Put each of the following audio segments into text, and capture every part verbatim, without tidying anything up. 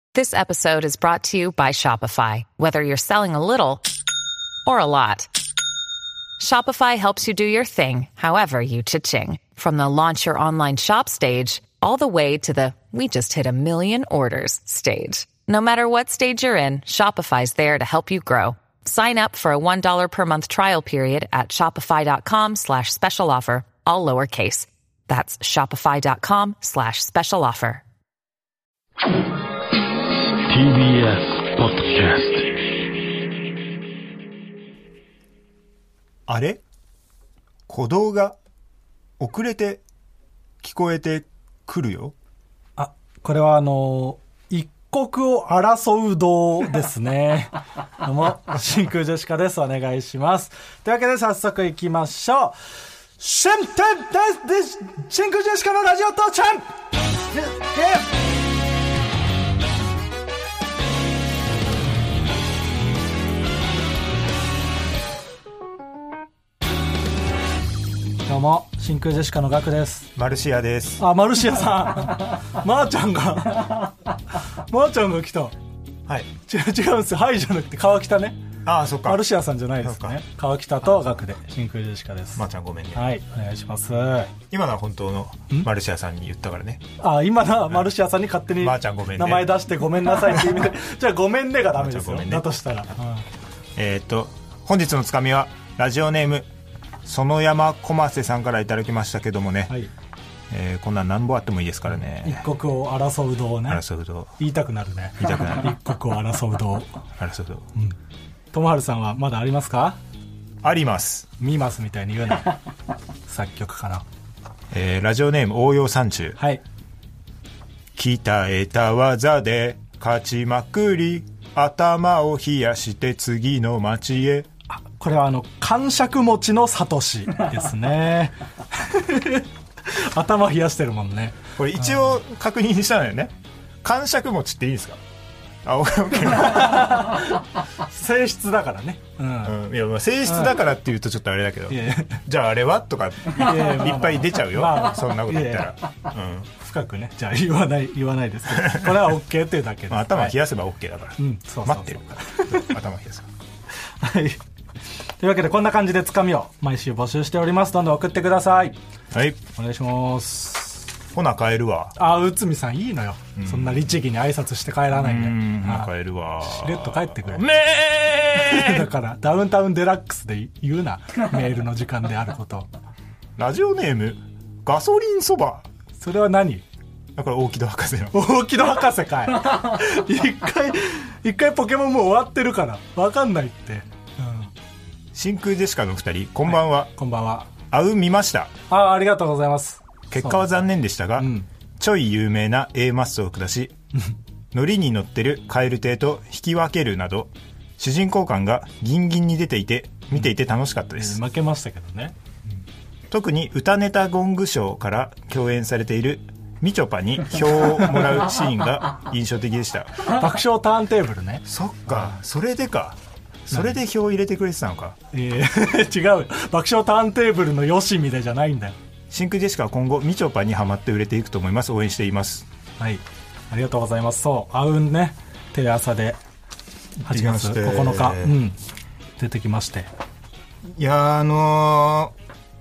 This episode is brought to you by Shopify. Whether you're selling a little or a lot, Shopify helps you do your thing, however you cha-ching. From the launch your online shop stage, all the way to the we just hit a million orders stage. No matter what stage you're in, Shopify's there to help you grow. Sign up for a one dollar per month trial period at shopify.com slash special offer, all lowercase. That's shopify.com slash special offer. ティービーエス ポッドキャスト。あれ？鼓動が遅れて聞こえてくるよ。 あ、これはあの一刻を争う道ですね。どうも真空ジェシカです。お願いします。というわけで早速いきましょう。シェンテンです真空ジェシカのラジオ父ちゃん。どうも真空ジェシカのガクです。 マルシアです。 あ、マルシアさんまーちゃんがまーちゃんが来た。はい、違う違うんですよ。はいじゃなくて川北ね。ああ、そっか。マルシアさんじゃないですね。川北とガクで真空ジェシカです。 まーちゃんごめんね。 はい、お願いします。 今のは本当のマルシアさんに言ったからね。 あ、今のはマルシアさんに勝手にまーちゃんごめんね名前出してごめんなさいっていう意味でじゃあごめんねがダメですよ、ね、だとしたら、うん、 えー、っと本日のつかみはラジオネーム園山駒瀬さんからいただきましたけどもね、はい、えー、こんなん何本あってもいいですからね。 一刻を争う道ね。 争う道言いたくなるね。 言いたくなる一刻を争う道争う道。 うん。ともはるさんはまだありますか？ あります。 見ますみたいに言うな作曲かな。 えー、ラジオネーム応用山中。 はい。 鍛えた技で勝ちまくり頭を冷やして次の街へ。 これはあの感触持ちのサトシですね頭冷やしてるもんね。 これ一応確認したのよね。感触持ちっていいですか？あ、オッケー性質だからね、うんうん、いやまあ性質だからって言うとちょっとあれだけど、うん、じゃああれはとかいっぱい出ちゃうよ、まあ、そんなこと言ったら、うん、 深くねじゃあ言わない言わないですけどこれは OK っていうだけです、 まあ、頭冷やせば OK だから、はい、うん、そうそうそう待ってるから頭冷やせばはいというわけでこんな感じでつかみを毎週募集しております。どんどん送ってください。 はい、 お願いします。 ほな帰るわ。 あ、内海さんいいのよ、うん、そんな律儀に挨拶して帰らないんで。うん、 帰るわ。 しれっと帰ってくれ。 ねえだからダウンタウンデラックスで言うなメールの時間であること。 ラジオネームガソリンそば。 それは何？ だから大木戸博士の大木戸博士かい一回一回ポケモンもう終わってるから分かんないって、うん、 真空ジェシカのふたりこんばんは、 はい、こんばんは。 あうん見ました。 あ、ありがとうございます。 結果は残念でしたが、うん、ちょい有名な A マッソを下しノリに乗ってる蛙亭と引き分けるなど主人公感がギンギンに出ていて見ていて楽しかったです、 うん、負けましたけどね、 うん、特に歌ネタゴングショーから共演されているみちょぱに票をもらうシーンが印象的でした爆笑ターンテーブルね。 そっか、それでか。それで票入れてくれてたのか。 えー、違う爆笑ターンテーブルのよしみでじゃないんだよ。 真空ジェシカは今後みちょぱにハマって売れていくと思います。応援しています。 はい、ありがとうございます。そう、あうんねテレ朝ではちがつここのか、うん、出てきまして、 いやあの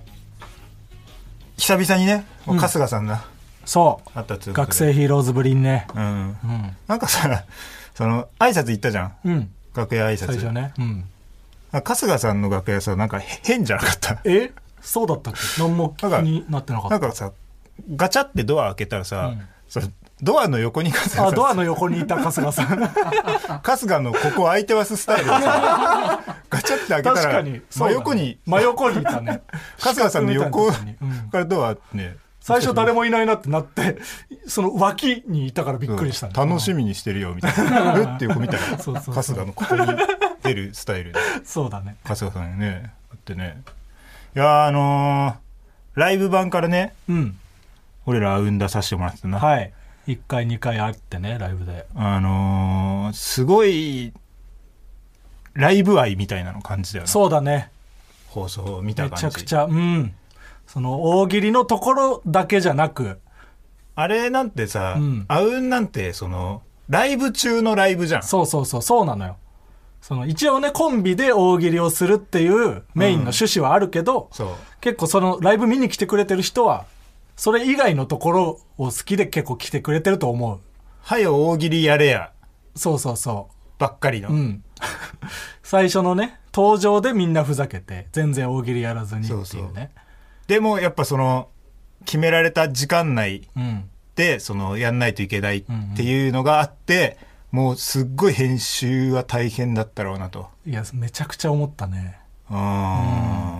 ー、久々にね春日さんが、うん、 そうあったつ学生ヒーローズぶりにね、 うんうん、なんかさその挨拶行ったじゃん、うん、楽屋挨拶最初ね、うん、 春日さんの楽屋さなんか変じゃなかった？ えそうだったっけ？何も気になってなかった。 なんかさガチャってドア開けたらさ、うん、そドアの横に春日さん、 あ、ドアの横にいた春日さん春日のここ開いてますスタイルでさガチャって開けたら確かに真横に真横にいたね春日さんの横からドアね、 最初誰もいないなってなってその脇にいたからびっくりした、ね、 楽しみにしてるよみたいなえって横見たらそうそうそう春日のここに出るスタイルでそうだね春日さんねあってね、いやあのー、ライブ版からね、うん、俺ら生んださせてもらってたな。 はい、いっかいにかいあってねライブで、 あのー、すごいライブ愛みたいなの感じだよね。 そうだね、 放送を見た感じめちゃくちゃ、うん、その大喜利のところだけじゃなく、 あれなんてさ、うん、あうんなんてそのライブ中のライブじゃん。 そうそうそう、そうなのよ。その一応ね、コンビで大喜利をするっていうメインの趣旨はあるけど、 うん、そう結構そのライブ見に来てくれてる人は、それ以外のところを好きで結構来てくれてると思う。 はよ大喜利やれや。 そうそうそう。 ばっかりの。 うん。最初のね、登場でみんなふざけて、全然大喜利やらずにっていうね。そうそう。 でもやっぱその、決められた時間内で、 うん、 その、やんないといけないっていうのがあって、うんうん、もうすっごい編集は大変だったろうなと。 いや、めちゃくちゃ思ったね。 うん。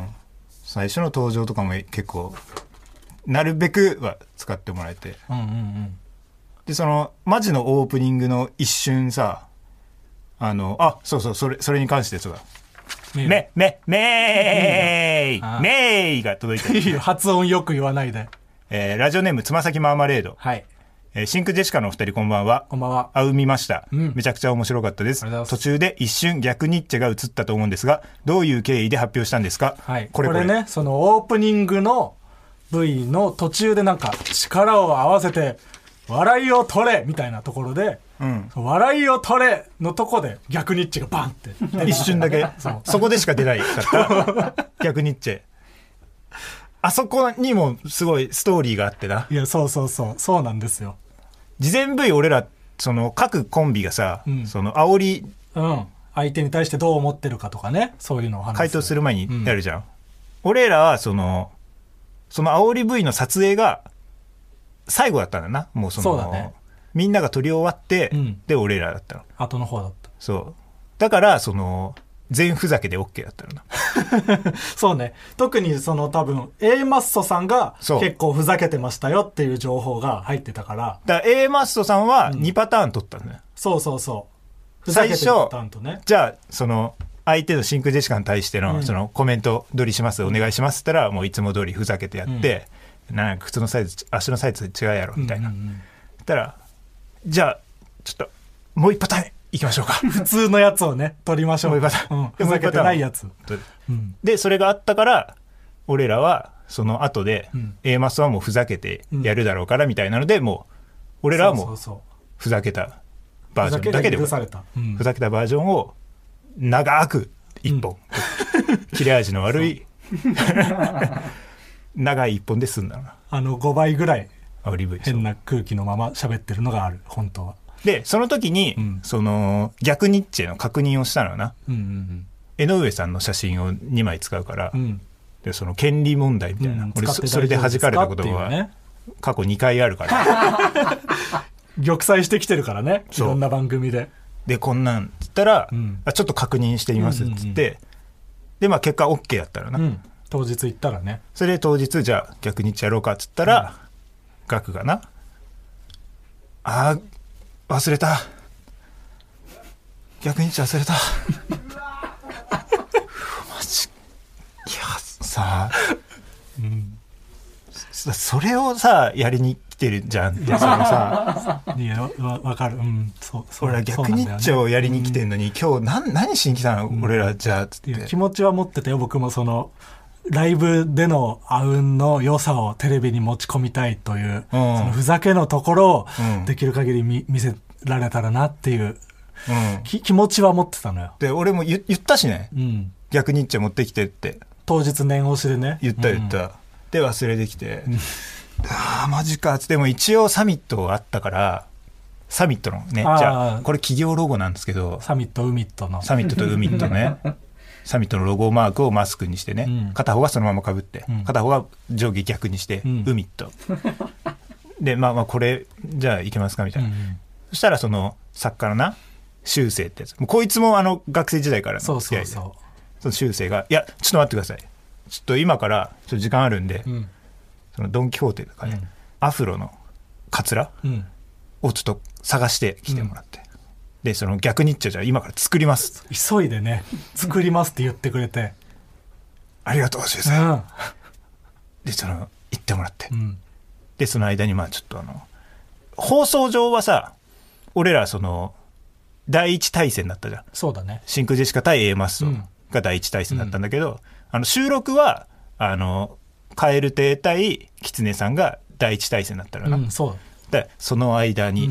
最初の登場とかも結構、なるべくは使ってもらえて。 うんうんうん。 で、その、マジのオープニングの一瞬さ、あの、あ、そうそう、それ、それに関してそうだ。め、め、めーいめーいが届いてる。 いいよ、発音よく言わないで。 えー、ラジオネームつまさきマーマレード。 はい。 えー、シンクジェシカのお二人こんばんは。 こんばんは。 あう見ました、 うん。 めちゃくちゃ面白かったです。途中で一瞬逆ニッチェが映ったと思うんですが、どういう経緯で発表したんですか？ はい。これこれ、これね、そのオープニングの V の途中でなんか力を合わせて笑いを取れみたいなところで、うん、笑いを取れのとこで逆ニッチェがバンって一瞬だけ そ, そこでしか出ないかった逆ニッチェ。あそこにもすごいストーリーがあってな。 いや、そうそうそうそうなんですよ。 事前 V 俺らその各コンビがさ、うん、その煽り、 うん、相手に対してどう思ってるかとかね、そういうのを話す回答する前にやるじゃん、うん、俺らはそのその煽り V の撮影が最後だったんだな。もうそのそうだね、 みんなが撮り終わって、うん、で俺らだったの。 後の方だった。 そうだからその全ふざけで OK だったのなそうね。特にその多分 A マッソさんが結構ふざけてましたよっていう情報が入ってたから。 だから A マッソさんはにパターン撮ったんだよ、うん、 そうそうそう。ふざけてるパターンとね。 じゃあその相手の真空ジェシカに対してのそのコメント取りします、お願いしますって言ったらもういつも通りふざけてやって、うん、なんか靴のサイズ足のサイズ違うやろみたいな、うんうんうん、ったらじゃあちょっともう一パターンいきましょうか普通のやつをね取りましょう。 もう一パターン、うん、 ふざけてないやつ、 うん、でそれがあったから俺らはその後で、うん、A マスはもうふざけてやるだろうからみたいなので、うん、もう俺らはもうふざけたバージョンだけでふざけた、 うん、ふざけたバージョンを長く一本、うん、切れ味の悪い長い一本で済んだな。 あのごばいぐらい変な空気のまま喋ってるのがある本当は。 でその時に、うん、その逆ニッチェの確認をしたのよな、うんうんうん、江上さんの写真をにまい使うから、うん、でその権利問題みたいな、うん、俺 そ, それで弾かれたことが、ね、過去にかいあるから玉砕してきてるからね、いろんな番組で。 でこんなんつったら、うん、あちょっと確認してみますっつって、うんうんうん、でまあ結果 OK だったらな、うん、 当日行ったらね。 それで当日じゃあ逆ニッチェやろうかっつったら、うん、ガクがな、あー忘れた逆ニッチェ忘れたマジいやさあ、うん、そ, それをさやりに来てるじゃんってそのさいやわ分かる、うん、そうそう俺ら逆ニッチェをやりに来てんのに、うん、今日 何, 何しに来たの、うん、俺らじゃあつって気持ちは持ってたよ僕も。そのライブでのあうんの良さをテレビに持ち込みたいという、うん、そのふざけのところをできる限り 見, 見せられたらなっていう、うん、気持ちは持ってたのよ。 で俺も 言, 言ったしね、うん、逆ニッチェ持ってきてって当日念押しでね言った言った、うん、で忘れてきてああマジか。でも一応サミットあったからサミットのね、じゃあこれ企業ロゴなんですけどサミットウミットのサミットとウミットねサミットのロゴマークをマスクにしてね、うん、片方がそのままかぶって、うん、片方が上下逆にして、うん、ウミットでまあまあこれじゃあいけますかみたいな、うんうん、そしたらその作家のな修正ってやつ、もうこいつもあの学生時代からの付き合いで、そうそうそう、その修正がいやちょっと待ってください、ちょっと今からちょっと時間あるんで、うん、そのドンキホーテとかね、うん、アフロのカツラをちょっと探してきてもらって、うん、でその逆ニッチェじゃ今から作ります急いでね作りますって言ってくれてありがとう修正、うん、でその言ってもらって、うん、でその間にまあちょっとあの放送上はさ俺らその第一対戦だったじゃん。 そうだね。 真空ジェシカ対 A マッソが第一対戦だったんだけど、うん、あの収録はあの蛙亭対キツネさんが第一対戦だったらな、 うん、そうでその間に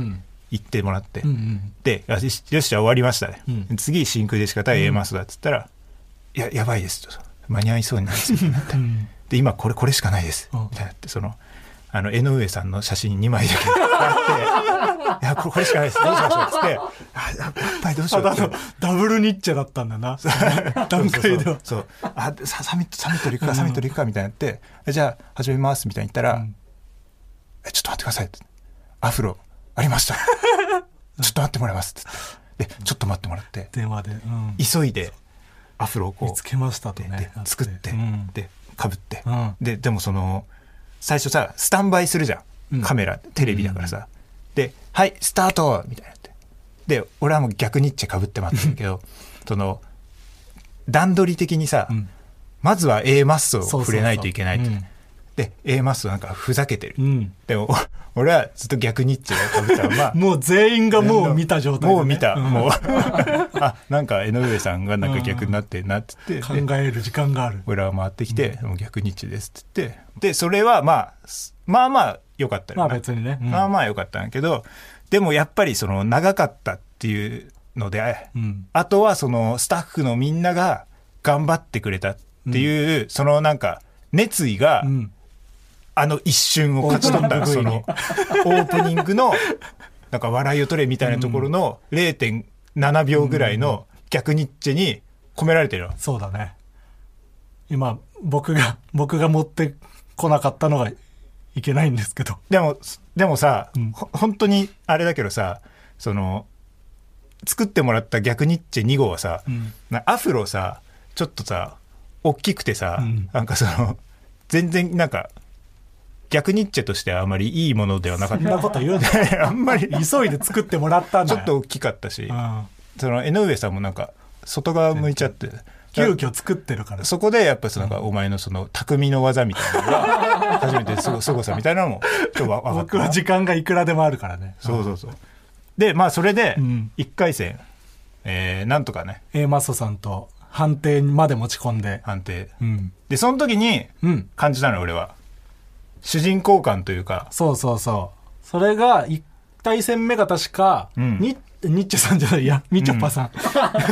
言ってもらって、 うんうん、 でよしよしじゃあ終わりましたね、うん、次真空ジェシカ対 A マッソだっつったら、うん、いややばいですと間に合いそうにないですよってで今これこれしかないですみたいなってそのあの江上さんの写真にまいだけあっていやこれこれしかないですどうしましょうっつってあやっぱりどうしようってダブルニッチェだったんだな段階ではそうあサミットサミットで行くかサミットで行くかみたいになってじゃあ始めますみたいに言ったら、うん、えちょっと待ってくださいってアフロありましたちょっと待ってもらいますってでちょっと待ってもらって電話で、うん、 急いでアフロをこう見つけましたとねで作って、うん、で被って、 うん、 ででもその最初さスタンバイするじゃんカメラ、うん、テレビだからさ、うん、ではいスタートみたいなってで俺はもう逆ニッチェ被って待ってるけどその段取り的にさ、うん、まずは A マッソを触れないといけないって、そうそうそう、うん、で A マッソなんかふざけてる、うん、でも俺はずっと逆ニッチェを被ったままもう全員がもう見た状態で、ね、 もう見た、うん、もうあなんか江上さんがなんか逆になってなってって、 うん、考える時間がある俺は回ってきて、うん、もう逆ニッチェですって言ってでそれはまあまあまあ良かったよ、 まあ別にね、 うん、まあまあ良かったんだけどでもやっぱりその長かったっていうので、うん、あとはそのスタッフのみんなが頑張ってくれたっていう、うん、そのなんか熱意が、うん、あの一瞬を勝ち取ったそのオープニングのなんか笑いを取れみたいなところの れいてんななびょうぐらいの逆ニッチェに込められてるの、 そうだね今僕が僕が持ってこなかったのがいけないんですけどでもでもさ、うん、本当にあれだけどさその作ってもらった逆ニッチェに号はさ、うん、アフロさちょっとさ大きくてさ、うん、なんかその全然なんか逆ニッチェとしてはあまりいいものではなかった。 そんなこと言うねあんまり急いで作ってもらったんだよ。 ちょっと大きかったし、うん、その江上さんもなんか外側向いちゃって急遽作ってるからそこでやっぱそのなんかお前のその匠の技みたいなのが初めてすごすごさみたいなのもちょっと分かった。 僕は時間がいくらでもあるからね。 そうそうそうでまあそれでいっかい戦、うんえー、なんとかね A マッソさんと判定まで持ち込んで判定、うん、でその時に感じたの、うん、俺は主人公感というかそうそうそうそれがいち対戦目が確か、うん、ニ, ニッチェさんじゃないやみちょぱさん、うん、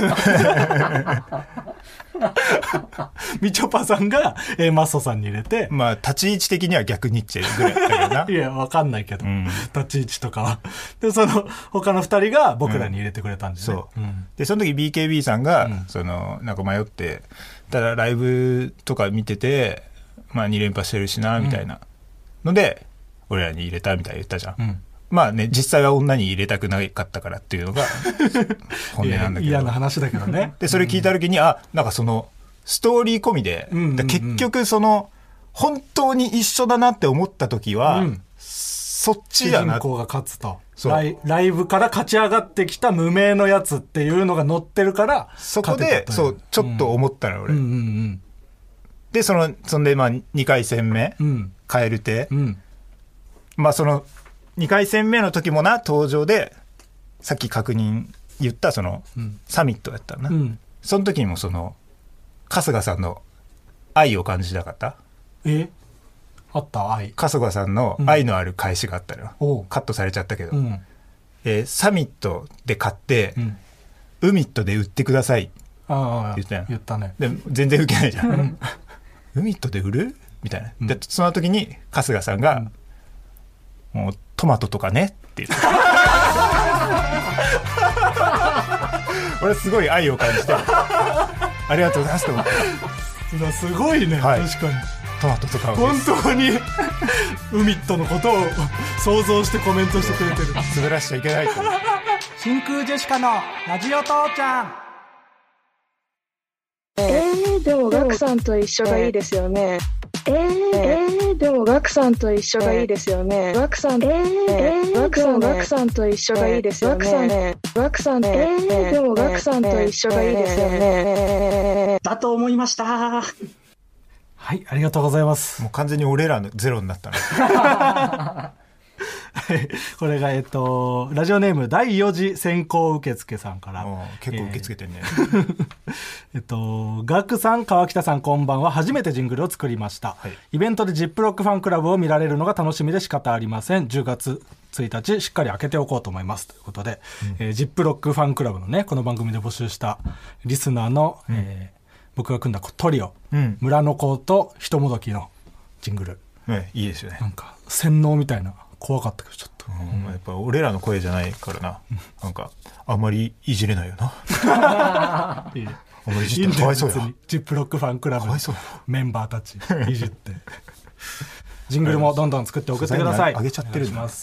みちょぱさんが A マッソさんに入れてまあ立ち位置的には逆ニッチェぐらいだけどないやわかんないけど、うん、立ち位置とかはでその他のふたりが僕らに入れてくれたんですね、うん、そう、うん、 でその時 ビーケービー さんが、うん、そのなんか迷ってただライブとか見ててまあに連覇してるしなみたいなので、うん、俺らに入れたみたいな言ったじゃん、うんまあね、実際は女に入れたくなかったからっていうのが本音なんだけど嫌な話だけどねでそれ聞いた時に、うん、あなんかそのストーリー込みで、うんうんうん、結局その本当に一緒だなって思った時は、うん、そっちだな主人公が勝つとラ イ, ライブから勝ち上がってきた無名のやつっていうのが載ってるからそこでそうちょっと思ったの、うん、俺、うんうんうん、でそのそんでまあにかい戦目、うん、蛙亭、うん、まあそのにかい戦目の時もな登場でさっき確認言ったその、うん、サミットやったな、うん、その時にもその春日さんの愛を感じなかった？ えあった愛春日さんの愛のある返しがあったの、うん、カットされちゃったけど、うんえー、サミットで買って、うん、ウミットで売ってくださいって言ったよ。 言ったね。 で全然ウケないじゃん、うん、ウミットで売るみたいな、うん、でその時に春日さんが、うん、もうトマトとかねって言って俺すごい愛を感じてありがとうございますと思ってすごいね、はい、確かにトマトとかを本当にウミットのことを想像してコメントしてくれてる滑らしちゃいけないと真空ジェシカのラジオ父ちゃんえー、でもガクさんと一緒がいいですよねえー、えー、でもガクさんと一緒がいいですよねガクさんえー、えー、ガクさんガクさんと一緒がいいですよねガクさんえー、でもガクさんと一緒がいいですよねだと思いました。 はいありがとうございます。 もう完全に俺らのゼロになったこれが、えっと、ラジオネームだいよ次先行受付さんから。 結構受け付けてんね。 えっと、ガクさん、川北さん、こんばんは。初めてジングルを作りました。はい、イベントでジップロックファンクラブを見られるのが楽しみで仕方ありません。じゅうがつついたち、しっかり開けておこうと思います。ということで、うんえー、ジップロックファンクラブのね、この番組で募集したリスナーの、うんえー、僕が組んだトリオ、うん、村の子とひともどきのジングル。 ね、いいですよね。 なんか、洗脳みたいな。怖かったけどちょっと、 うんうん、やっぱ俺らの声じゃないからな、うん、なんかあんまりいじれないよな。いいあんまりいじってかわいそうや。 ジップロックファンクラブメンバーたちいじってジングルもどんどん作って送ってください。 あげちゃってるんだ。 メ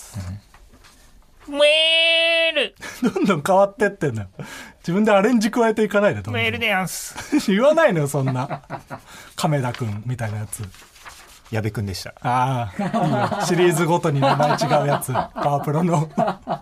ールどんどん変わってってんのよ。自分でアレンジ加えていかないで。 メールでやんす言わないのよそんな亀田くんみたいなやつ。 矢部くんでした。 ああ、いいよ。シリーズごとに名前違うやつ。パワープロの、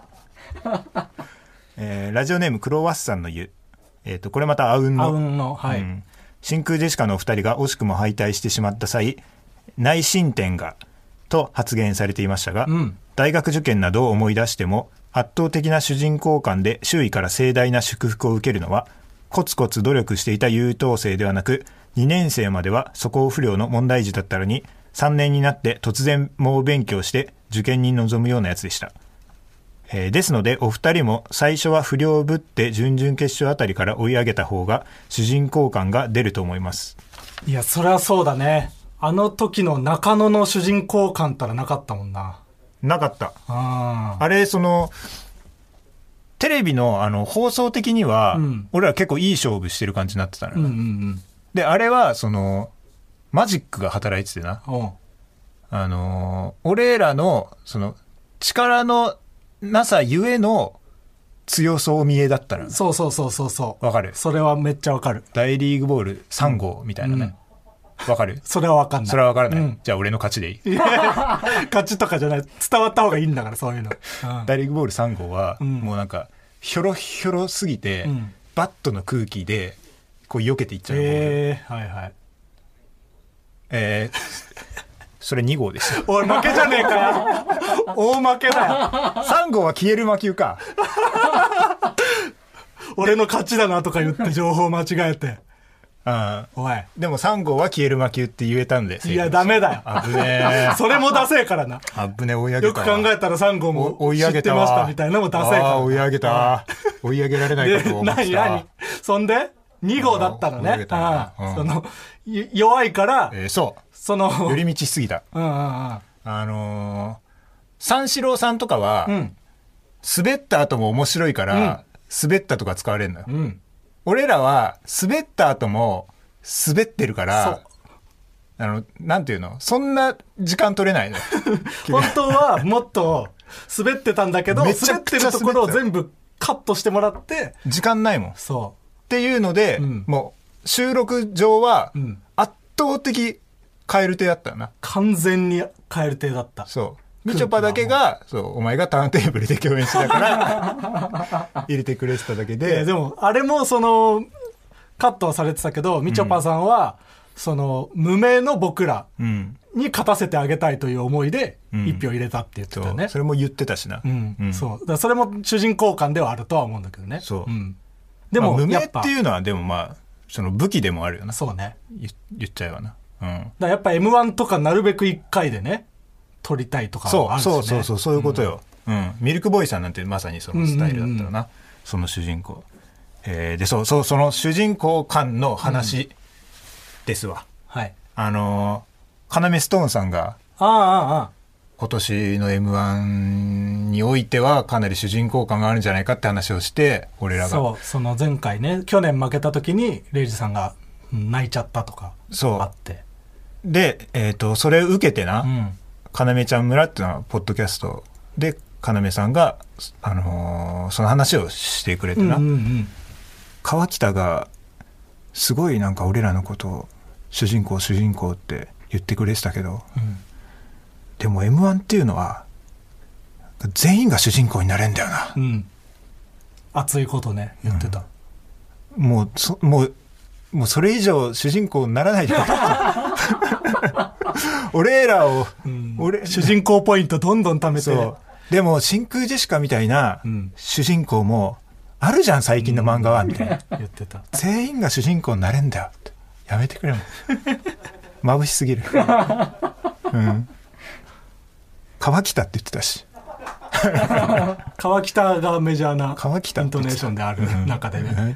えー、ラジオネームクロワッサンの湯。えっ、ー、とこれまたアウンの、 アウンの、はい、うん。 真空ジェシカのお二人が惜しくも敗退してしまった際、内申点がと発言されていましたが、うん、大学受験などを思い出しても圧倒的な主人公感で周囲から盛大な祝福を受けるのはコツコツ努力していた優等生ではなく、にねん生までは素行不良の問題児だったのにさんねんになって突然猛勉強して受験に臨むようなやつでした。えー、ですのでお二人も最初は不良ぶって準々決勝あたりから追い上げた方が主人公感が出ると思います。 いやそれはそうだね。あの時の中野の主人公感ったらなかったもんな。 なかった。 ああれそのテレビ の, あの放送的には、うん、俺ら結構いい勝負してる感じになってたのよ、 うんうんうん、であれはそのマジックが働いててな、あのー、俺らのその力のなさゆえの強そう見えだったの。 そうそうそうそうそう。 わかる。 それはめっちゃわかる。 大リーグボールさん号みたいなね。わ、うん、かる。 それはわかんない。 それはわからない、うん。じゃあ俺の勝ちでいい。い勝ちとかじゃない。伝わった方がいいんだからそういうの。 うん、大リーグボールさん号は、うん、もうなんかひょろひょろすぎて、うん、バットの空気でこう避けていっちゃう。 えー、はいはい。 えー、それに号でした。 おい負けじゃねえかよ。大負けだよ。 さん号は消える魔球か。 俺の勝ちだなとか言って情報間違えて。 うん、 おいでもさん号は消える魔球って言えたんで。 いやダメだよ。 あぶねえ。 それもダセえからな。 あぶねえ追い上げた。 よく考えたらさん号も知ってましたみたいなのもダセえから。 あ追い上げた。追い上げられないかと思った。 何何そんでに号だったのね。ああ、うん、その弱いから、 えー、そうその寄り道しすぎた。 うんうんうん、 あのー、三四郎さんとかは、うん、滑った後も面白いから、うん、滑ったとか使われるのよ、うん、俺らは滑った後も滑ってるからあのなんていうのそんな時間取れないの本当はもっと滑ってたんだけどめちゃくちゃ滑ってるところを全部カットしてもらって時間ないもん。 そうっていうので、うん、もう収録上は圧倒的蛙亭だったよな。 完全に蛙亭だった。 そうみちょぱだけがそうお前がターンテーブルで共演してたから入れてくれてただけで。 でもあれもそのカットはされてたけどみちょぱさんは、うん、その無名の僕らに勝たせてあげたいという思いで一票入れたって言ってたよね、 うん、そ, それも言ってたしな、 うんうん、そうだからそれも主人公感ではあるとは思うんだけどね。 そう、 うんでも、まあ、無名っていうのはでもまあその武器でもあるよな。 そうね言, 言っちゃうわな、うん、だからやっぱ エムワン とかなるべくいっかいでね取りたいとかはあるしね。 そうそうそうそういうことよ、うんうん、ミルクボーイさんなんてまさにそのスタイルだったらな、うんうんうん、その主人公、えー、でそうそうその主人公間の話ですわ、 うん、はいあのー、要ストーンさんがああああ今年の エムワン においてはかなり主人公感があるんじゃないかって話をして俺らがそうその前回ね去年負けた時にレイジさんが泣いちゃったとかあってで、えーと、それを受けてな、うん、かなめちゃん村っていうのはポッドキャストでかなめさんが、あのー、その話をしてくれてな、うんうんうん、川北がすごいなんか俺らのことを主人公主人公って言ってくれてたけど、うんでも エムワン っていうのは全員が主人公になれんだよな、 うん、熱いことね言ってた、 うん、もうそもうもうそれ以上主人公にならないで俺らを、 うん、俺主人公ポイントどんどん貯めてでも真空ジェシカみたいな主人公もあるじゃん最近の漫画はみたいな言ってた。 全員が主人公になれんだよってやめてくれも眩しすぎる、うん、川北って言ってたし川北がメジャーな川北イントネーションである中でね、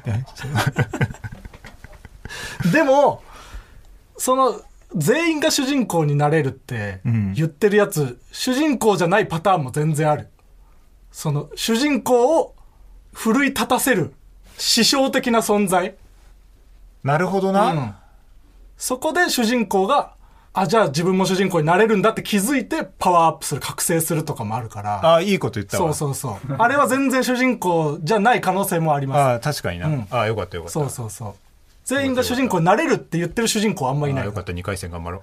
うん、でもその全員が主人公になれるって言ってるやつ、うん、主人公じゃないパターンも全然ある。その主人公を奮い立たせる師匠的な存在。 なるほどな、 うん、そこで主人公があじゃあ自分も主人公になれるんだって気づいてパワーアップする覚醒するとかもあるから。 あいいこと言ったわ。 そうそうそうあれは全然主人公じゃない可能性もあります。 あ確かにな、うん、あよかったよかった。 そうそうそう全員が主人公になれるって言ってる主人公あんまいない。 あよかったにかい戦頑張ろう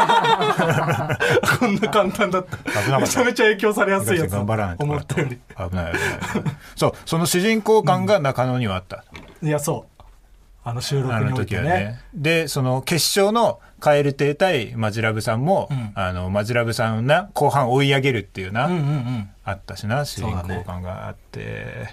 こんな簡単だった。 危なかった。 めちゃめちゃ影響されやすいやつ頑張らないと思ったより危ない危ないそうその主人公感が中野にはあった、 うん、いやそうあの収録において ね, ねでその決勝の蛙亭対マジラブさんも、うん、あのマジラブさんをな後半追い上げるっていうな、うんうんうん、あったしな主人公感があって、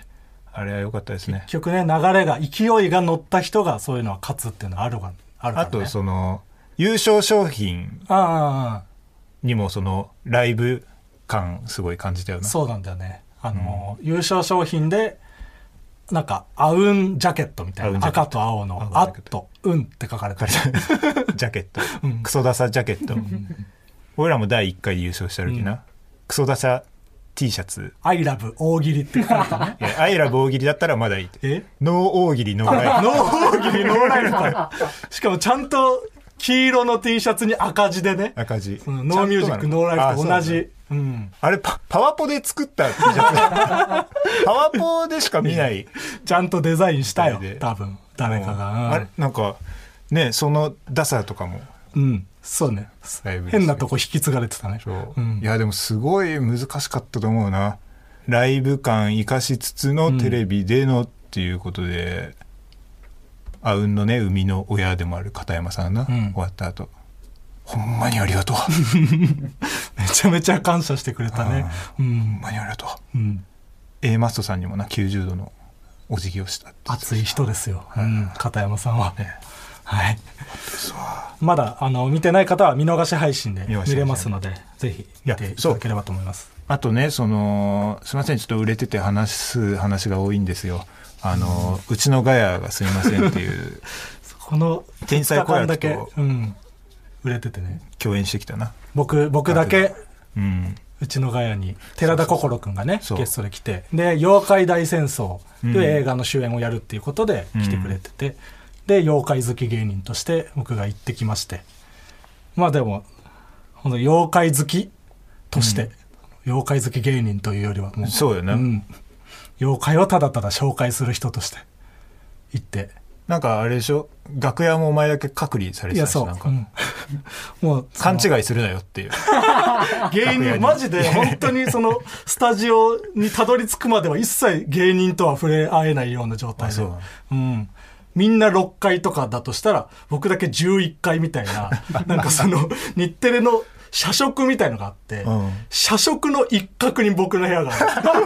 あれは良かったですね。 結局ね流れが勢いが乗った人がそういうのは勝つっていうのはあるがあるから、ね、 あとその優勝商品にもそのライブ感すごい感じたよな。 そうなんだよねあの、うん、優勝商品でなんかアウンジャケットみたいな赤と青のアッとうんって書かれてるジャケット、うん、クソダサジャケット俺らもだいいっかいで優勝した時な、うん、クソダサT シャツアイラブ大喜利って書かれたね。 いやアイラブ大喜利だったらまだいい。えノー大喜利ノーライフノー大喜利ノーライフかしかもちゃんと黄色の T シャツに赤字でね赤字ノーミュージックノーライフと同じ。うん、 あれ パ, パワポで作った T シャツパワポでしか見ないちゃんとデザインしたよ多分誰かが、うん、 あれなんかねそのダサとかもうんそうね変なとこ引き継がれてたね。 そう、うん、いやでもすごい難しかったと思うな。ライブ感生かしつつのテレビでのっていうことで、うん、あうんのね生みの親でもある片山さんな、うん、終わった後ほんまにありがとうめちゃめちゃ感謝してくれたね、 うん、ほんまにありがとう、うん、A マストさんにもなきゅうじゅうどのお辞儀をしたって熱い人ですよ、うん、片山さんはねはい、 うまだあの見てない方は見逃し配信で見れますのでぜひ見ていただければと思います。 あとねそのすいませんちょっと売れてて話す話が多いんですよ。あの、うん、うちのガヤがすいませんっていうこの天才子役と、 うん、売れててね共演してきたな。 僕僕だけ、うん、うちのガヤに寺田心くんがねゲストで来てで妖怪大戦争という映画の主演をやるっていうことで来てくれてて、うんで妖怪好き芸人として僕が行ってきまして、まあでもほんと妖怪好きとして、うん、妖怪好き芸人というよりはもうそうよね、うん、 妖怪をただただ紹介する人として行って、 なんかあれでしょ楽屋もお前だけ隔離されてたし、なんか、うん、もう勘違いするなよっていう芸人マジで本当にそのスタジオにたどり着くまでは一切芸人とは触れ合えないような状態で、うん、みんなろっかいとかだとしたら僕だけじゅういっかいみたいななんかその日テレの社食みたいのがあって、うん、社食の一角に僕の部屋が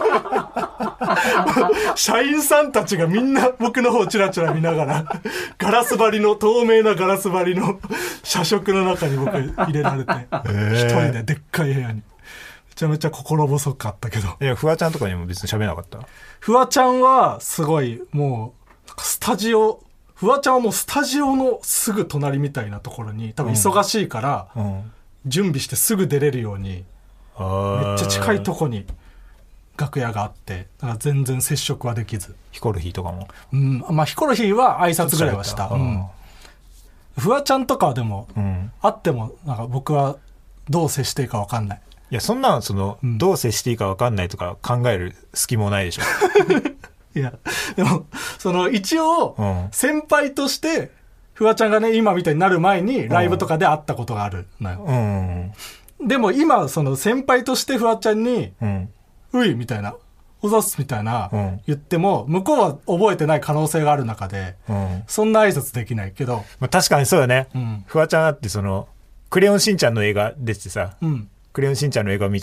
ある社員さんたちがみんな僕の方チラチラ見ながらガラス張りの透明なガラス張りの社食の中に僕入れられて、えー、一人ででっかい部屋にめちゃめちゃ心細かったけど。 いやフワちゃんとかにも別に喋れなかった。 フワちゃんはすごいもうスタジオフワちゃんはもうスタジオのすぐ隣みたいなところに多分忙しいから、うんうん、準備してすぐ出れるようにめっちゃ近いとこに楽屋があって、だから全然接触はできず。 ヒコロヒーとかも、 うん、まあヒコロヒーは挨拶ぐらいはした。うん、フワちゃんとかはでも、うん、会ってもなんか僕はどう接していいか分かんない。 いやそんなその、うん、どう接していいか分かんないとか考える隙もないでしょいやでもその一応、うん、先輩としてフワちゃんがね今みたいになる前にライブとかで会ったことがあるのよ、うん、でも今その先輩としてフワちゃんに、うん、ういみたいなおざっすみたいな、うん、言っても向こうは覚えてない可能性がある中で、うん、そんな挨拶できないけど、 まあ、確かにそうよね、うん、フワちゃんだってそのクレヨンしんちゃんの映画出てさ、うん、クレヨンしんちゃんの映画を見たフ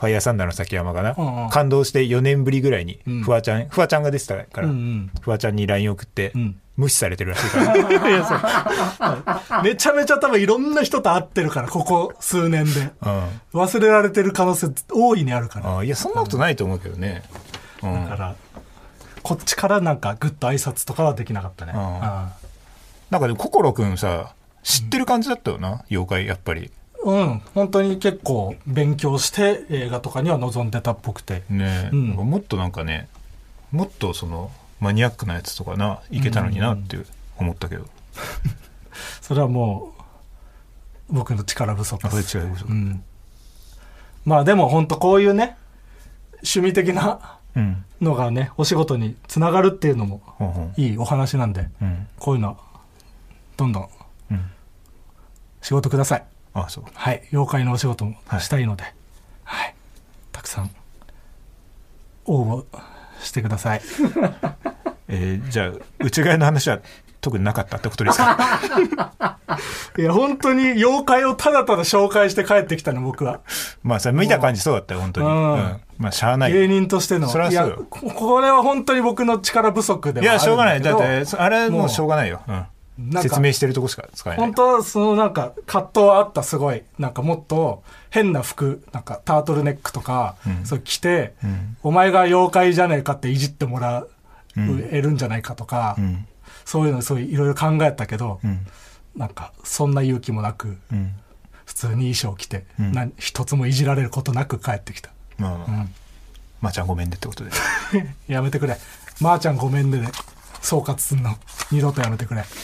ファイヤーサンダーの崎山かな、 うんうん、 感動してよねんぶりぐらいに、 うん、 フワちゃんフワちゃんが出てたから、うんうん、フワちゃんに ライン 送って、うん、無視されてるらしいからいやそうめちゃめちゃ多分いろんな人と会ってるからここ数年で、うん、忘れられてる可能性大いにあるから。 あいやそんなことないと思うけどね、 うん、だからこっちからなんかグッと挨拶とかはできなかったね、うん、 なんかでも心くんさ知ってる感じだったよな、うん、妖怪やっぱり。 うん本当に結構勉強して映画とかには臨んでたっぽくてね、うん、もっとなんかねもっとそのマニアックなやつとかないけたのになって思ったけど、うん、 それはもう僕の力不足です。 力不足、 うん、まあでも本当こういうね趣味的なのがね、うん、お仕事につながるっていうのもいいお話なんで、うん、こういうのどんどん仕事ください。 ああそうはい、妖怪のお仕事もしたいので、はいはい、たくさん応募してください、 えー、じゃあ内側の話は特になかったってことですかいや本当に妖怪をただただ紹介して帰ってきたの僕は。 まあそれ見た感じそうだったよ本当に、うんうん、まあしゃあない芸人としての。 それはそうよ。 いやこれは本当に僕の力不足ではあるんだけど。いやしょうがないだってあれはもうしょうがないよ、うん説明してるとこしか使えない。 本当はそのなんか葛藤はあった。すごいなんかもっと変な服なんかタートルネックとか、うん、そう着て、うん、お前が妖怪じゃねえかっていじってもらえるんじゃないかとか、うん、そういうのそういういろいろ考えたけど、うん、なんかそんな勇気もなく、うん、普通に衣装着て、うん、な一つもいじられることなく帰ってきた。 まあ、まあうん、まーちゃんごめんねってことでやめてくれ。まーちゃんごめんねで総括すんの二度とやめてくれ。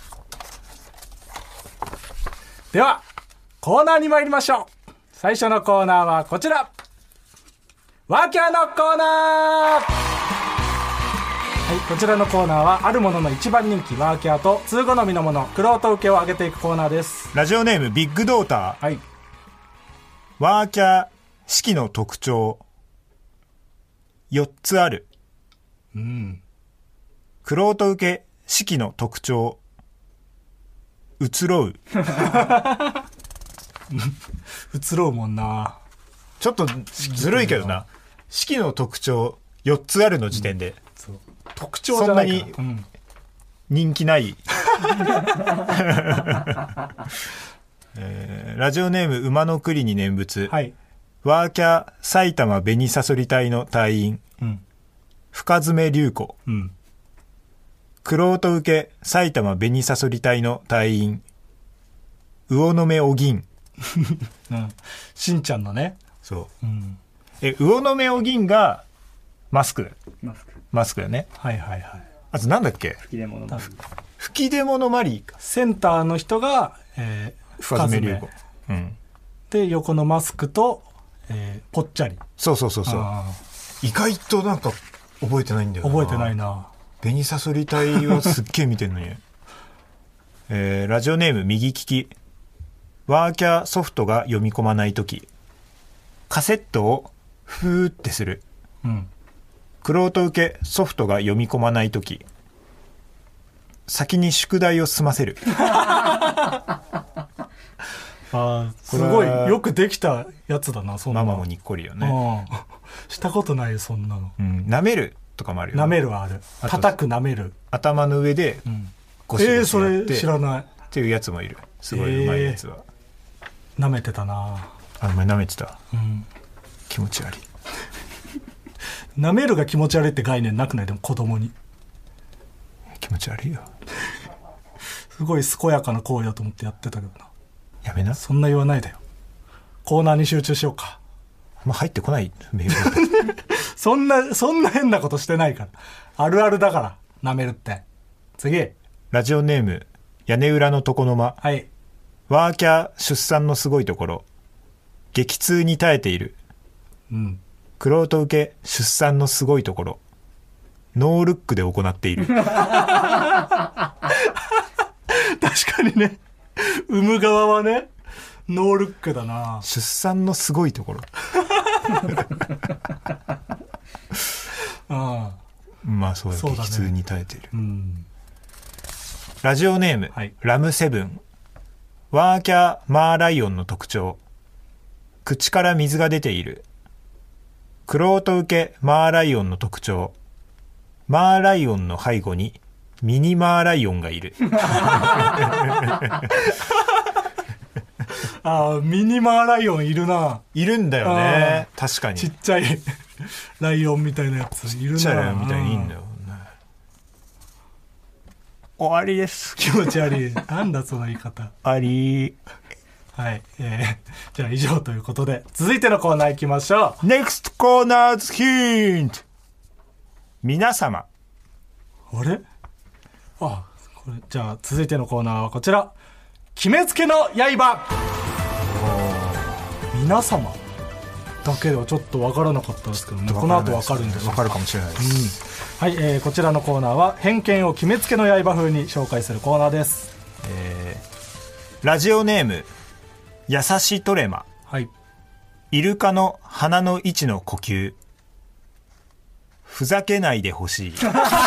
ではコーナーに参りましょう。最初のコーナーはこちら、ワーキャーのコーナー。はい、こちらのコーナーはあるものの一番人気ワーキャーと通好みのもの玄人受けを上げていくコーナーです。 ラジオネームビッグドーター、はい、ワーキャー式の特徴よっつある。うん。玄人受け式の特徴移ろう移ろうもんな。 ちょっとずるいけどな。式の特徴よっつあるの時点で、うん、 そう特徴じゃないからそんなに人気ない、うんえー、ラジオネーム馬の栗に念仏、はい、ワーキャー埼玉紅さそり隊の隊員、うん、深爪龍子、うん玄人受け埼玉紅さそり隊の隊員魚の目お銀、 うん、しんちゃんのね。 そう、うん、え魚の目お銀がマスクマスクマスクだね。 はいはいはい。 あとなんだっけ吹き出物マリー吹き出物マリーか。 センターの人が、えー、 深爪龍子、うん、 で横のマスクと、えー、ぽっちゃり。 そうそうそうそう。意外となんか覚えてないんだよな。 覚えてないな。 紅さそり隊はすっげえ見てんのに、えー、ラジオネーム右利き、ワーキャーソフトが読み込まないときカセットをフーってする、うん、玄人受けソフトが読み込まないとき先に宿題を済ませるあすごいよくできたやつだな。そんなママもにっこりよね。 したことないよそんなの、 うん、舐めるとかもあるよ、ね、 舐めるはある。叩く舐める頭の上でゴシゴシやって、うん、えー、それ知らないっていうやつもいる。すごいうまいやつは、 えー、舐めてたなあ。お前舐めてた、うん、気持ち悪い舐めるが気持ち悪いって概念なくない？でも子供に気持ち悪いよすごい健やかな行為だと思ってやってたけどな。 やめな。 そんな言わないでよ。コーナーに集中しようか。 あんま入ってこないメールそんなそんな変なことしてないから。あるあるだから舐めるって。次、 ラジオネーム屋根裏の床の間、はい、ワーキャー出産のすごいところ激痛に耐えている、うん、玄人受け出産のすごいところノールックで行っている確かにね、産む側はねノールックだな。 出産のすごいところああ、まあそうだ、激痛に耐えている、うん、ラジオネーム、はい、ラムセブン、ワーキャーマーライオンの特徴口から水が出ている、 クロート受けマーライオンの特徴。マーライオンの背後にミニマーライオンがいる。 あーミニマーライオンいるな。 いるんだよね。確かに。 ちっちゃいライオンみたいなやついるな。 ちっちゃいライオンみたいにいいんだよね。終わりです。 気持ち悪い。なんだその言い方。 あり。 はい、えー、じゃあ以上ということで続いてのコーナー行きましょう。 NEXT コーナーズヒント。皆様。 あれあこれじゃあ続いてのコーナーはこちら、決めつけの刃。皆様だけではちょっと分からなかったですけどね。この後分かるんですよ。 分かるかもしれないです、 うん、はい、えー、こちらのコーナーは偏見を決めつけの刃風に紹介するコーナーです。 えー、ラジオネーム優しトレマ。 はい。 イルカの鼻の位置の呼吸。ふざけないでほしい。ふ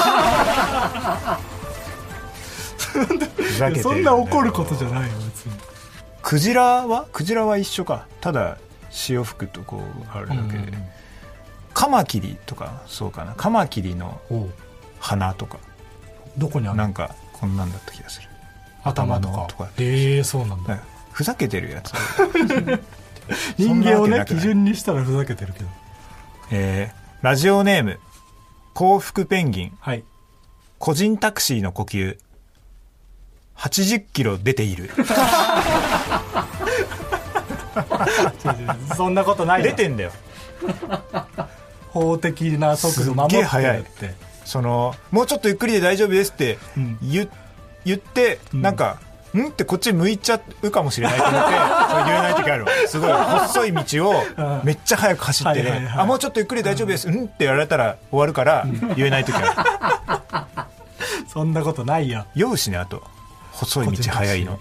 ざけてる、ね、 そんな怒ることじゃないよ別に。 クジラはクジラは一緒か。ただ潮吹くとこうあるだけで、うん、カマキリとかそうかな。カマキリの鼻とかどこにある？ なんかこんなんだった気がする。 頭とか。 とかえー、そうなんだ。 ふざけてるやつ。 人間をね基準にしたらふざけてるけど。 えー、ラジオネーム幸福ペンギン。 はい。 個人タクシーの呼吸。はちじゅっキロ出ている。 そんなことないよ。 出てんだよ。 法的な速度守ってるって。 すっげえ速い。そのもうちょっとゆっくりで大丈夫ですって言、うん、言ってなんか、うん、んってこっち向いちゃうかもしれないと思ってそう言えない時あるわ。すごい細い道をめっちゃ速く走ってね、はいはいはい、あもうちょっとゆっくりで大丈夫です、うん、うんって言われたら終わるから言えない時ある。 そんなことないよ。 酔うしね。あと細い道速いの、うん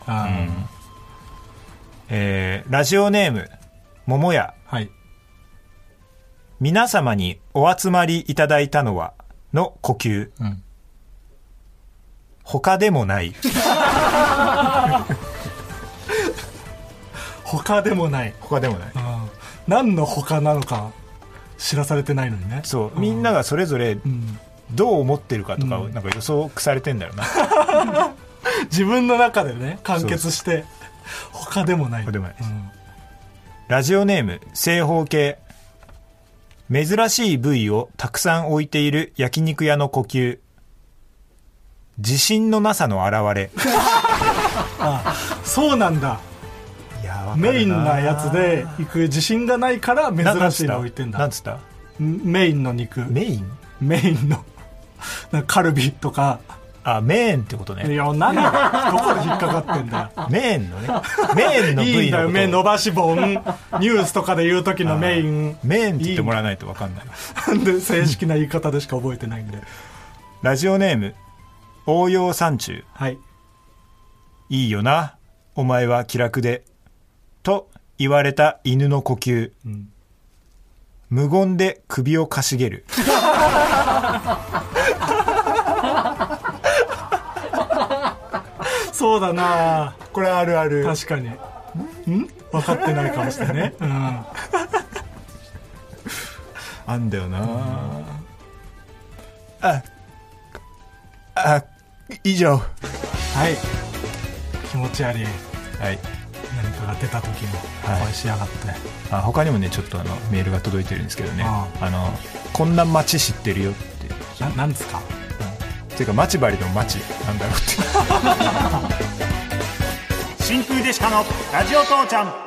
えー、ラジオネーム桃屋。 はい。 皆様にお集まりいただいたのはの呼吸、うん、他でもない他でもない他でもない、 うん、何の他なのか知らされてないのにね。 そう、うん、みんながそれぞれどう思ってるかとかをなんか予想されてんだよな、 うん、自分の中でね完結して他でもない。 他でもないです、うん、ラジオネーム正方形。珍しい部位をたくさん置いている焼肉屋の呼吸。自信のなさの表れ。 あ、そうなんだ。 いやメインなやつで行く自信がないから珍しいの置いてんだ。 なんつった？ メインの肉。 メイン？ メインのなんかカルビとか。 あ、メーンってことね。 いや、何だどこで引っかかってんだよ。 メーンのね。メーンの部位のこと。いいんだよ、 目伸ばし棒。ニュースとかで言う時のメイン。 メーンって言ってもらわないと分かんない。 なんで正式な言い方でしか覚えてないんで。 ラジオネーム応用山中。 はい。 いいよな、お前は気楽でと言われた犬の呼吸、うん、無言で首をかしげる。 そうだな、 これあるある。 確かに。ん分かってないかもしれないね、うん、 あんだよな、うん、ああ以上。 はい、気持ち悪い。 はい、 何かが出た時の声しやがって、はい、 あ他にもねちょっとあのメールが届いてるんですけどね、ああのこんな街知ってるよってな。 なんですか、 っていうか待ち針の街なんだろうって真空ジェシカのラジオ父ちゃん。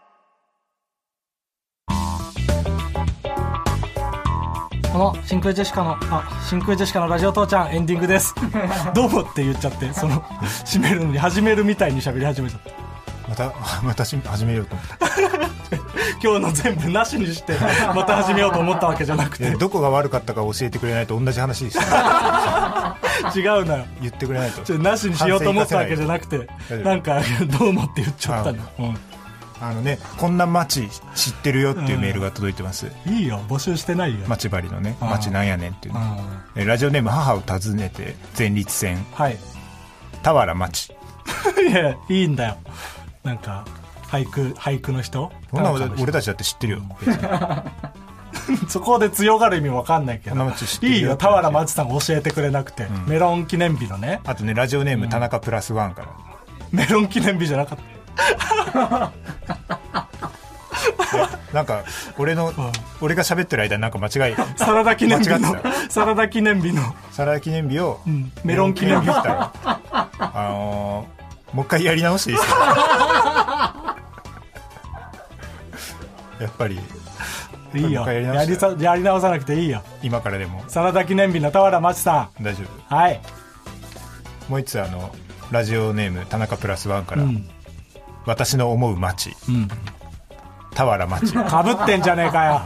この真空ジェシカのあ真空ジェシカのラジオ父ちゃんエンディングです。どうもって言っちゃってその締めるのに始めるみたいに喋り始めちゃった。 またまた始めようと思った今日の全部なしにしてまた始めようと思ったわけじゃなくて、 どこが悪かったか教えてくれないと同じ話です、ね、 違うのよ。 言ってくれないと。 なしにしようと思ったわけじゃなくて、なんかどうもって言っちゃったの。 あのね、こんな街知ってるよっていうメールが届いてます、 うん、いいよ、募集してないよ。 待ち針のね、街なんやねんっていうの。ラジオネーム母を訪ねて前立腺。 はい。 田原町。 いやいいんだよ、なんか俳句俳句の人。 そんな俺たちだって知ってるよ、別にそこで強がる意味わかんないけどいいよ田原町さん教えてくれなくて、うん、メロン記念日のね。 あとねラジオネーム田中プラスワンから、 うん、メロン記念日じゃなかったなんか俺の、うん、俺が喋ってる間になんか間違いサラダ記念日のサラダ記念日のサラダ記念日を、 うん、メロン記念日したらあのー、もう一回やり直していいですかやっぱりいいよやりやりさやり直さなくていいよ今からでも。 サラダ記念日の田原町さん大丈夫。 はい。 もう一つあのラジオネーム田中プラスワンから、うん、私の思う町、うん、田原町かぶってんじゃねえかよ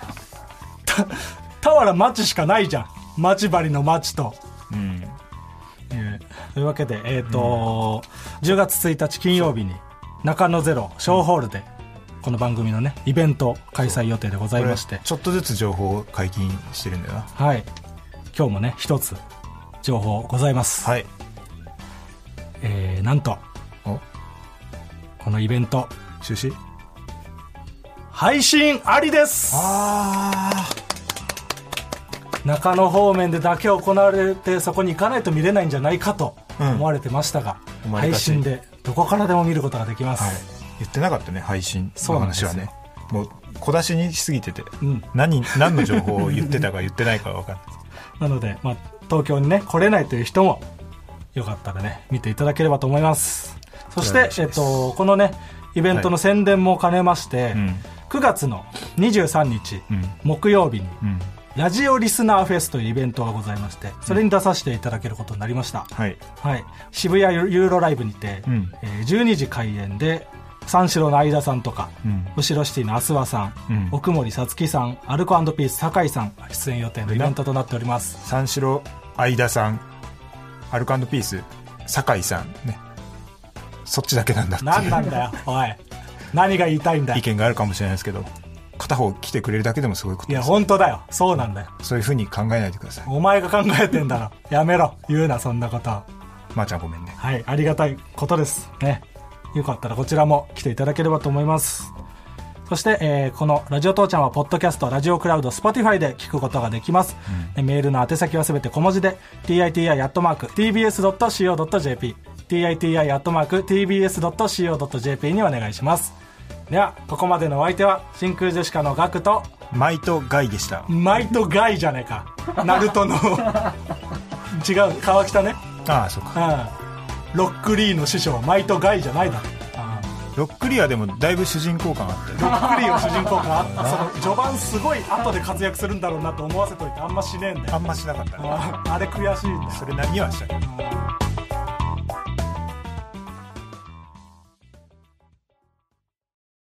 田原町しかないじゃん。町張りの町と、うんえー、というわけで、えーとうん、じゅうがつついたち金曜日に中野ゼロ小ホールで、うんこの番組のねイベント開催予定でございまして、 ちょっとずつ情報を解禁してるんだよな。 はい。今日もね一つ情報ございます。 はい。 えー、なんとこのイベント中止配信ありです。 あー中野方面でだけ行われてそこに行かないと見れないんじゃないかと思われてましたが、うん、配信でどこからでも見ることができます。はい言ってなかったね配信の話はね。もう小出しにしすぎてて、うん、何, 何の情報を言ってたか言ってないか分かんないなので、まあ、東京にね来れないという人もよかったらね見ていただければと思います。そして、えっと、このねイベントの宣伝も兼ねまして、はいうん、くがつのにじゅうさんにち、うん、木曜日に、うん、ラジオリスナーフェスというイベントがございましてそれに出させていただけることになりました、うんはいはい、渋谷ユーロライブにて、うんえー、じゅうにじ開演で三四郎の相田さんとか、うん、後ろシティの阿諏訪さん、うん、奥森さつきさんアルコ&ピース酒井さん出演予定のイベントとなっております。 三四郎相田さんアルコ&ピース酒井さんねそっちだけなんだっていう何なんだよおい何が言いたいんだ。 意見があるかもしれないですけど片方来てくれるだけでもすごいことです。 いや本当だよそうなんだよ。 そういう風に考えないでください。 お前が考えてんだろやめろ言うなそんなこと。 まーちゃんごめんね。 はいありがたいことですね。よかったらこちらも来ていただければと思います。そして、えー、このラジオ父ちゃんはポッドキャストラジオクラウド Spotify で聞くことができます、うん、メールの宛先はすべて小文字で ティーアイティーアイ アットマーク ティービーエス ドット シーオー ドット ジェーピー ティーアイティーアイ アットマーク ティービーエス ドット シーオー ドット ジェーピー にお願いします。ではここまでのお相手は真空ジェシカのガクとマイとガイでした。 マイとガイじゃねえかナルトの違う川北ね。 ああそうか、 うん、ロックリーの師匠マイとガイじゃないだろ。 ロックリーはでもだいぶ主人公感あったよ。 ロックリーは主人公感あったその序盤すごい後で活躍するんだろうなと思わせといてあんましねえんだよ。 あんましなかったね。 あ, あれ悔しいんだよ。 それ何はしたっけ。